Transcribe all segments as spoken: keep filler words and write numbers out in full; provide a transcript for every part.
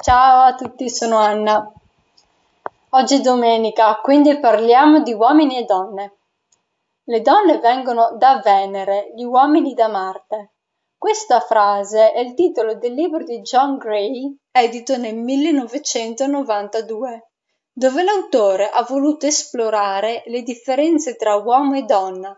Ciao a tutti, sono Anna. Oggi è domenica, quindi parliamo di uomini e donne. Le donne vengono da Venere, gli uomini da Marte. Questa frase è il titolo del libro di John Gray, edito nel millenovecentonovantadue, dove l'autore ha voluto esplorare le differenze tra uomo e donna.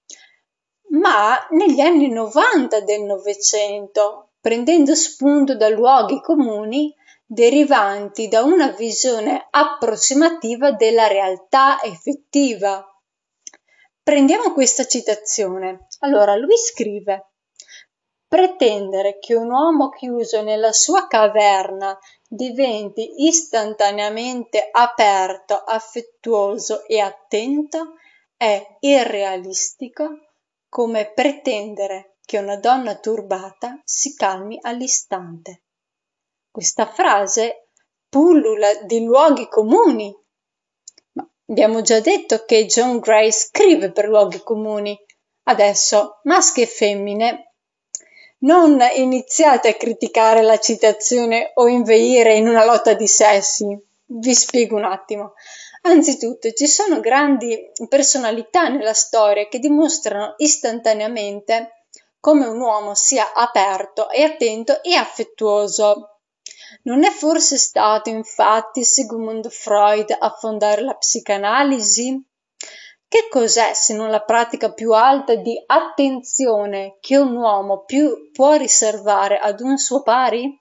Ma negli anni novanta del Novecento, prendendo spunto da luoghi comuni derivanti da una visione approssimativa della realtà effettiva. Prendiamo questa citazione. Allora, lui scrive: pretendere che un uomo chiuso nella sua caverna diventi istantaneamente aperto, affettuoso e attento è irrealistico, come pretendere che una donna turbata si calmi all'istante. Questa frase pullula di luoghi comuni. Ma abbiamo già detto che John Gray scrive per luoghi comuni. Adesso, maschi e femmine, non iniziate a criticare la citazione o inveire in una lotta di sessi. Vi spiego un attimo. Anzitutto, ci sono grandi personalità nella storia che dimostrano istantaneamente come un uomo sia aperto e attento e affettuoso. Non è forse stato infatti Sigmund Freud a fondare la psicanalisi? Che cos'è se non la pratica più alta di attenzione che un uomo più può riservare ad un suo pari?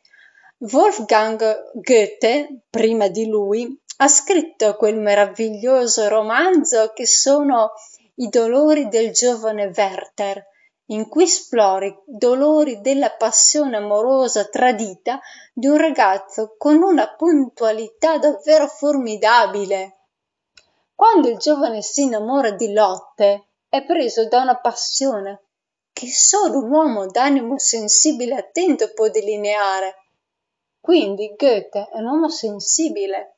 Wolfgang Goethe, prima di lui, ha scritto quel meraviglioso romanzo che sono I dolori del giovane Werther, in cui esplora i dolori della passione amorosa tradita di un ragazzo con una puntualità davvero formidabile. Quando il giovane si innamora di Lotte, è preso da una passione che solo un uomo d'animo sensibile e attento può delineare. Quindi Goethe è un uomo sensibile.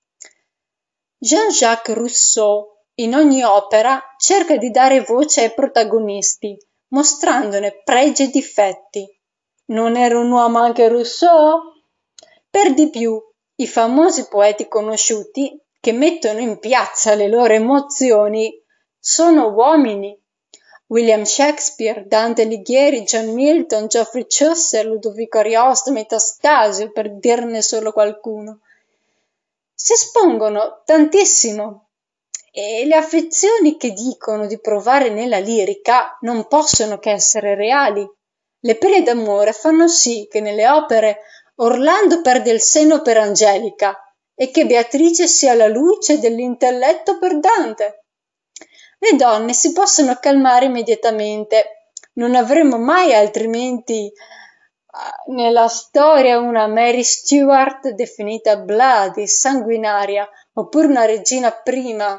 Jean-Jacques Rousseau, in ogni opera, cerca di dare voce ai protagonisti, mostrandone pregi e difetti. Non era un uomo anche Rousseau? Per di più, i famosi poeti conosciuti, che mettono in piazza le loro emozioni, sono uomini. William Shakespeare, Dante Alighieri, John Milton, Geoffrey Chaucer, Ludovico Ariosto, Metastasio, per dirne solo qualcuno. Si espongono tantissimo e le affezioni che dicono di provare nella lirica non possono che essere reali. Le pene d'amore fanno sì che nelle opere Orlando perde il seno per Angelica e che Beatrice sia la luce dell'intelletto per Dante. Le donne si possono calmare immediatamente. Non avremo mai altrimenti nella storia una Mary Stuart definita bloody, sanguinaria, oppure una regina prima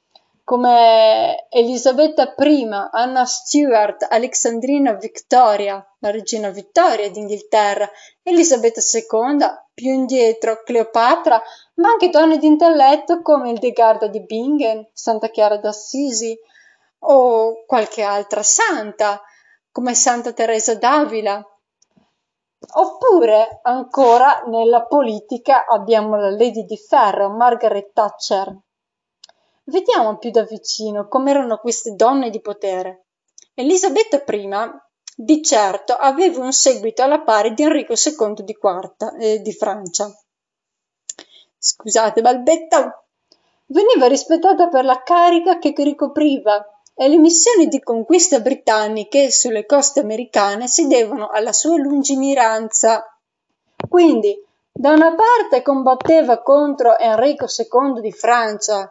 come Elisabetta prima, Anna Stuart, Alexandrina Victoria, la regina Vittoria d'Inghilterra, Elisabetta seconda, più indietro Cleopatra, ma anche donne di intelletto come Hildegarda di Bingen, Santa Chiara d'Assisi o qualche altra santa come Santa Teresa d'Avila. Oppure ancora nella politica abbiamo la Lady di Ferro, Margaret Thatcher. Vediamo più da vicino come erano queste donne di potere. Elisabetta prima, di certo, aveva un seguito alla pari di Enrico secondo di, quarta, eh, di Francia. Scusate, balbetta! Veniva rispettata per la carica che ricopriva e le missioni di conquista britanniche sulle coste americane si devono alla sua lungimiranza. Quindi, da una parte combatteva contro Enrico secondo di Francia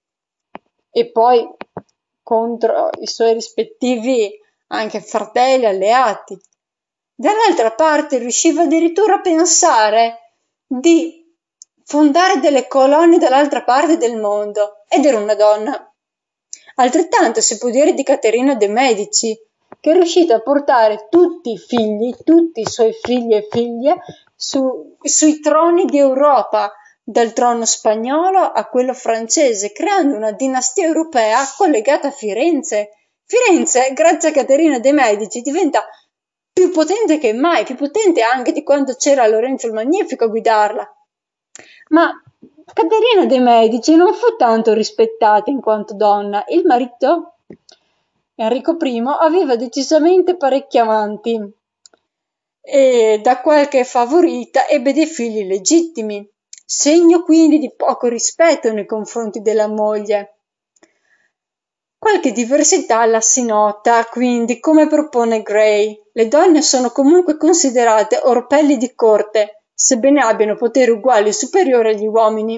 e poi contro i suoi rispettivi anche fratelli alleati. Dall'altra parte riusciva addirittura a pensare di fondare delle colonie dall'altra parte del mondo ed era una donna. Altrettanto si può dire di Caterina de' Medici, che è riuscita a portare tutti i figli, tutti i suoi figli e figlie su, sui troni di Europa, dal trono spagnolo a quello francese, creando una dinastia europea collegata a Firenze. Firenze, grazie a Caterina de' Medici, diventa più potente che mai, più potente anche di quando c'era Lorenzo il Magnifico a guidarla. Ma Caterina de' Medici non fu tanto rispettata in quanto donna. Il marito, Enrico primo, aveva decisamente parecchi amanti e da qualche favorita ebbe dei figli legittimi, segno quindi di poco rispetto nei confronti della moglie. Qualche diversità la si nota, quindi, come propone Gray. Le donne sono comunque considerate orpelli di corte, sebbene abbiano poteri uguali o superiori agli uomini.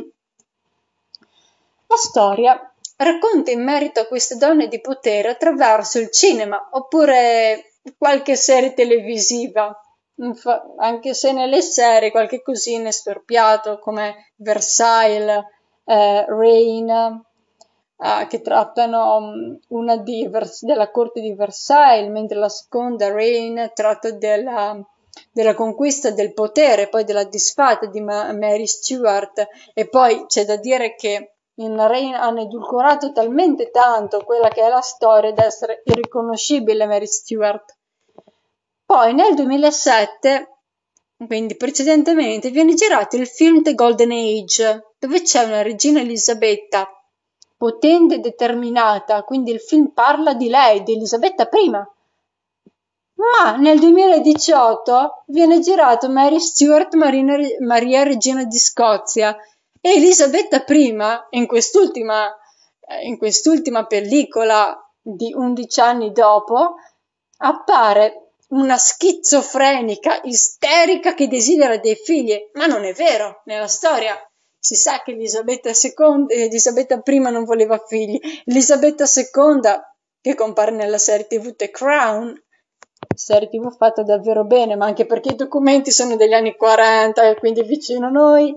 La storia racconta in merito a queste donne di potere attraverso il cinema, oppure qualche serie televisiva, anche se nelle serie qualche cosina è storpiato, come Versailles, eh, Reign, Uh, che trattano um, una di Vers- della corte di Versailles, mentre la seconda, Reign, tratta della, della conquista del potere, poi della disfatta di Ma- Mary Stuart, e poi c'è da dire che in Reign hanno edulcorato talmente tanto quella che è la storia da essere irriconoscibile Mary Stuart. Poi nel duemilasette, quindi precedentemente, viene girato il film The Golden Age, dove c'è una regina Elisabetta potente e determinata, quindi il film parla di lei, di Elisabetta prima. Ma nel duemiladiciotto viene girato Mary Stuart, Marina, Maria Regina di Scozia, e Elisabetta prima, in quest'ultima, in quest'ultima pellicola di undici anni dopo, appare una schizofrenica, isterica che desidera dei figli, ma non è vero, nella storia si sa che Elisabetta seconda, Elisabetta prima non voleva figli, Elisabetta seconda, che compare nella serie tv The Crown, serie tv fatta davvero bene, ma anche perché i documenti sono degli anni quaranta e quindi vicino a noi,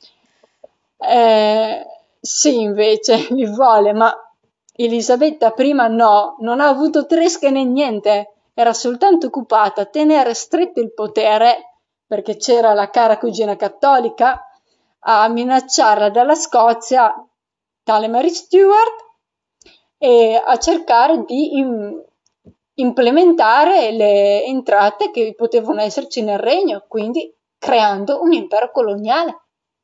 eh, sì invece li vuole, ma Elisabetta prima no, non ha avuto tresche né niente, era soltanto occupata a tenere stretto il potere, perché c'era la cara cugina cattolica, a minacciarla dalla Scozia, tale Mary Stuart, e a cercare di im- implementare le entrate che potevano esserci nel regno, quindi creando un impero coloniale.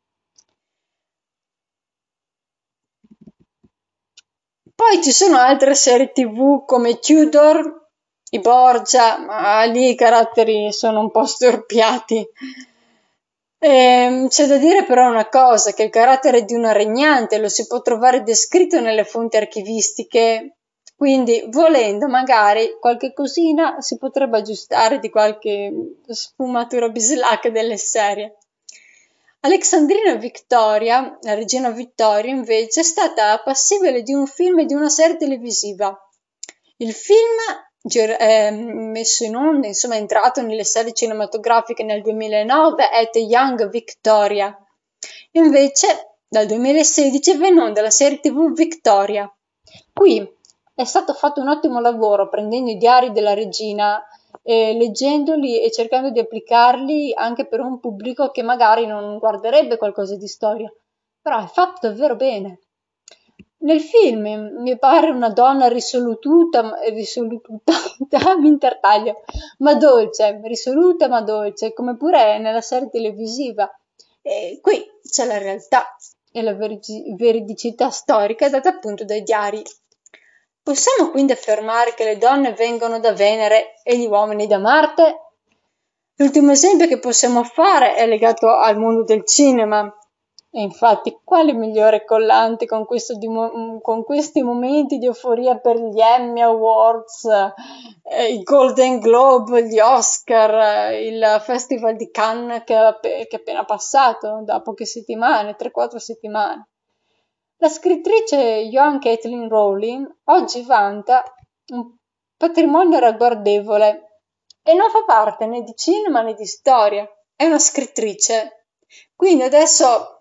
Poi ci sono altre serie tv come Tudor, i Borgia, ma lì i caratteri sono un po' storpiati. Ehm, c'è da dire però una cosa, che il carattere di una regnante lo si può trovare descritto nelle fonti archivistiche, quindi volendo magari qualche cosina si potrebbe aggiustare di qualche sfumatura bislacca delle serie. Alexandrina Victoria, la regina Vittoria, invece, è stata passibile di un film e di una serie televisiva. Il film è messo in onda, insomma è entrato nelle serie cinematografiche nel duemilanove, è The Young Victoria. Invece dal duemilasedici va in onda la serie tv Victoria. Qui è stato fatto un ottimo lavoro prendendo i diari della regina, e leggendoli e cercando di applicarli anche per un pubblico che magari non guarderebbe qualcosa di storia, però è fatto davvero bene. Nel film mi pare una donna risoluta, risoluta, mi intertaglio, ma dolce, risoluta ma dolce, come pure nella serie televisiva. E qui c'è la realtà e la veridicità storica data appunto dai diari. Possiamo quindi affermare che le donne vengono da Venere e gli uomini da Marte? L'ultimo esempio che possiamo fare è legato al mondo del cinema. E infatti, quale migliore collante con, questo di mo- con questi momenti di euforia per gli Emmy Awards, eh, i Golden Globe, gli Oscar, eh, il Festival di Cannes che, che è appena passato da poche settimane, tre quattro settimane. La scrittrice Joanne Kathleen Rowling oggi vanta un patrimonio ragguardevole e non fa parte né di cinema né di storia, è una scrittrice. Quindi adesso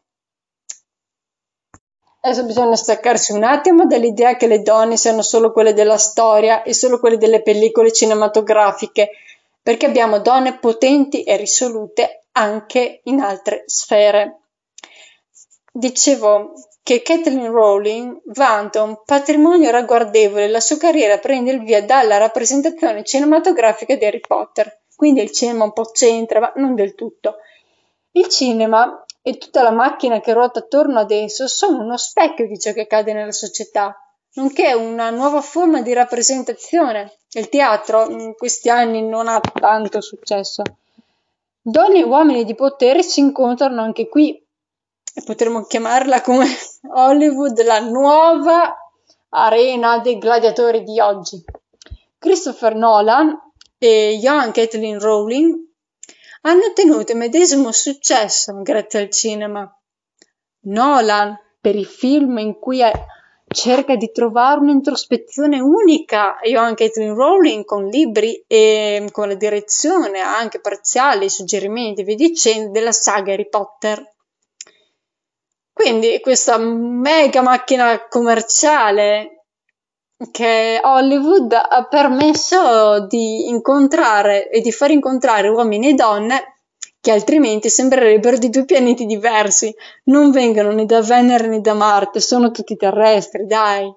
Adesso bisogna staccarsi un attimo dall'idea che le donne siano solo quelle della storia e solo quelle delle pellicole cinematografiche, perché abbiamo donne potenti e risolute anche in altre sfere. Dicevo che Kathleen Rowling vanta un patrimonio ragguardevole, la sua carriera prende il via dalla rappresentazione cinematografica di Harry Potter. quindi il cinema un po' c'entra, ma non del tutto. Il cinema e tutta la macchina che ruota attorno ad esso sono uno specchio di ciò che accade nella società, nonché una nuova forma di rappresentazione. Il teatro in questi anni non ha tanto successo. Donne e uomini di potere si incontrano anche qui e potremmo chiamarla come Hollywood, la nuova arena dei gladiatori di oggi. Christopher Nolan e Joanne Kathleen Rowling hanno ottenuto il medesimo successo grazie al cinema. Nolan per i film in cui cerca di trovare un'introspezione unica, e Joanne Kathleen Rowling con libri e con la direzione anche parziale, suggerimenti e via dicendo della saga Harry Potter. Quindi questa mega macchina commerciale che Hollywood ha permesso di incontrare e di far incontrare uomini e donne che altrimenti sembrerebbero di due pianeti diversi. Non vengono né da Venere né da Marte, sono tutti terrestri, dai.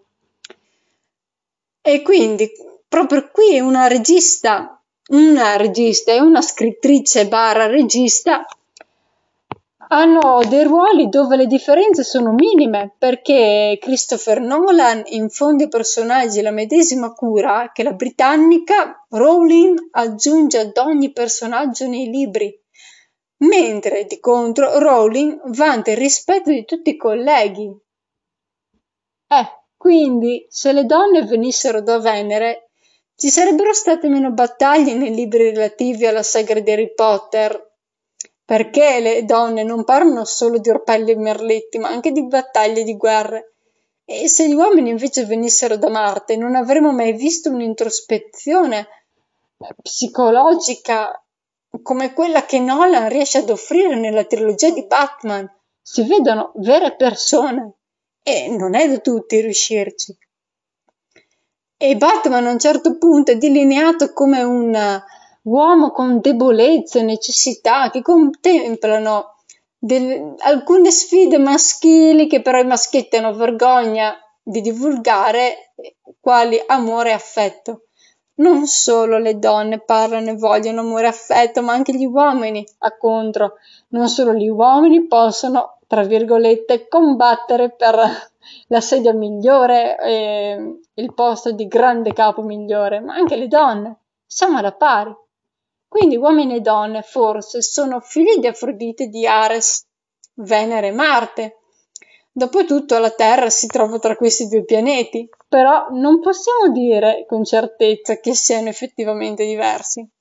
E quindi proprio qui una regista, una regista e una scrittrice barra regista hanno dei ruoli dove le differenze sono minime, perché Christopher Nolan infonde ai personaggi la medesima cura che la britannica Rowling aggiunge ad ogni personaggio nei libri, mentre di contro Rowling vanta il rispetto di tutti i colleghi. Eh, quindi se le donne venissero da Venere ci sarebbero state meno battaglie nei libri relativi alla saga di Harry Potter, perché le donne non parlano solo di orpelli e merletti, ma anche di battaglie e di guerre. E se gli uomini invece venissero da Marte, non avremmo mai visto un'introspezione psicologica come quella che Nolan riesce ad offrire nella trilogia di Batman. Si vedono vere persone e non è da tutti riuscirci. E Batman a un certo punto è delineato come un uomo con debolezze e necessità che contemplano del, alcune sfide maschili che però i maschietti hanno vergogna di divulgare, quali amore e affetto. Non solo le donne parlano e vogliono amore e affetto, ma anche gli uomini, a contro. Non solo gli uomini possono, tra virgolette, combattere per la sedia migliore e il posto di grande capo migliore, ma anche le donne. Siamo alla pari. Quindi uomini e donne forse sono figli di Afrodite e di Ares, Venere e Marte. Dopotutto la Terra si trova tra questi due pianeti, però non possiamo dire con certezza che siano effettivamente diversi.